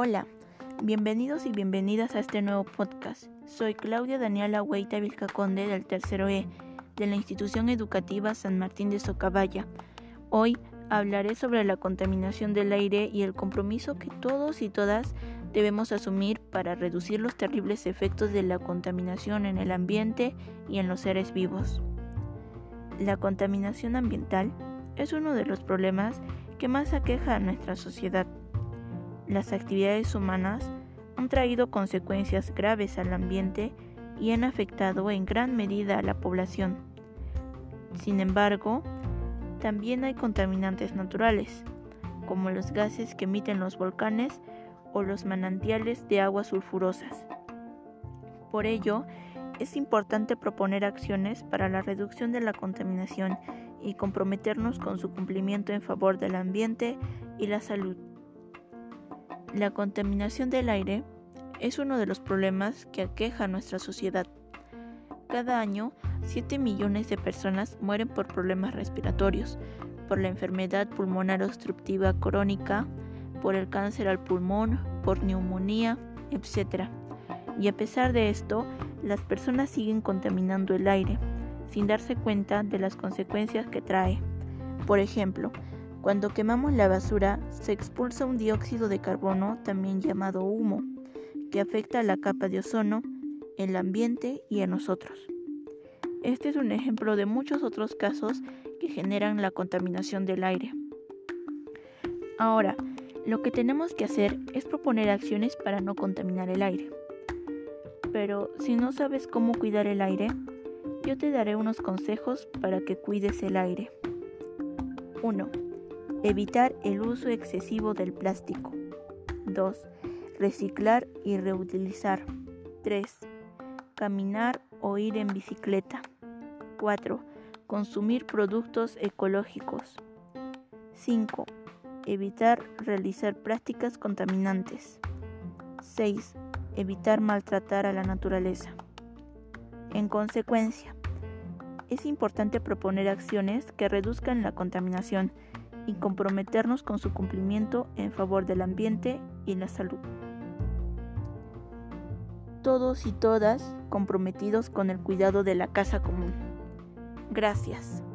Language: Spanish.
Hola, bienvenidos y bienvenidas a este nuevo podcast. Soy Claudia Daniela Hueita Vilcaconde del tercero E, de la Institución Educativa San Martín de Socabaya. Hoy hablaré sobre la contaminación del aire y el compromiso que todos y todas debemos asumir para reducir los terribles efectos de la contaminación en el ambiente y en los seres vivos. La contaminación ambiental es uno de los problemas que más aqueja a nuestra sociedad. Las actividades humanas han traído consecuencias graves al ambiente y han afectado en gran medida a la población. Sin embargo, también hay contaminantes naturales, como los gases que emiten los volcanes o los manantiales de aguas sulfurosas. Por ello, es importante proponer acciones para la reducción de la contaminación y comprometernos con su cumplimiento en favor del ambiente y la salud. La contaminación del aire es uno de los problemas que aqueja a nuestra sociedad. Cada año, 7 millones de personas mueren por problemas respiratorios, por la enfermedad pulmonar obstructiva crónica, por el cáncer al pulmón, por neumonía, etc. Y a pesar de esto, las personas siguen contaminando el aire, sin darse cuenta de las consecuencias que trae. Por ejemplo, cuando quemamos la basura, se expulsa un dióxido de carbono, también llamado humo, que afecta a la capa de ozono, el ambiente y a nosotros. Este es un ejemplo de muchos otros casos que generan la contaminación del aire. Ahora, lo que tenemos que hacer es proponer acciones para no contaminar el aire. Pero si no sabes cómo cuidar el aire, yo te daré unos consejos para que cuides el aire. 1. Evitar el uso excesivo del plástico. 2. Reciclar y reutilizar. 3. Caminar o ir en bicicleta. 4. Consumir productos ecológicos. 5. Evitar realizar prácticas contaminantes. 6. Evitar maltratar a la naturaleza. En consecuencia, es importante proponer acciones que reduzcan la contaminación y comprometernos con su cumplimiento en favor del ambiente y la salud. Todos y todas comprometidos con el cuidado de la casa común. Gracias.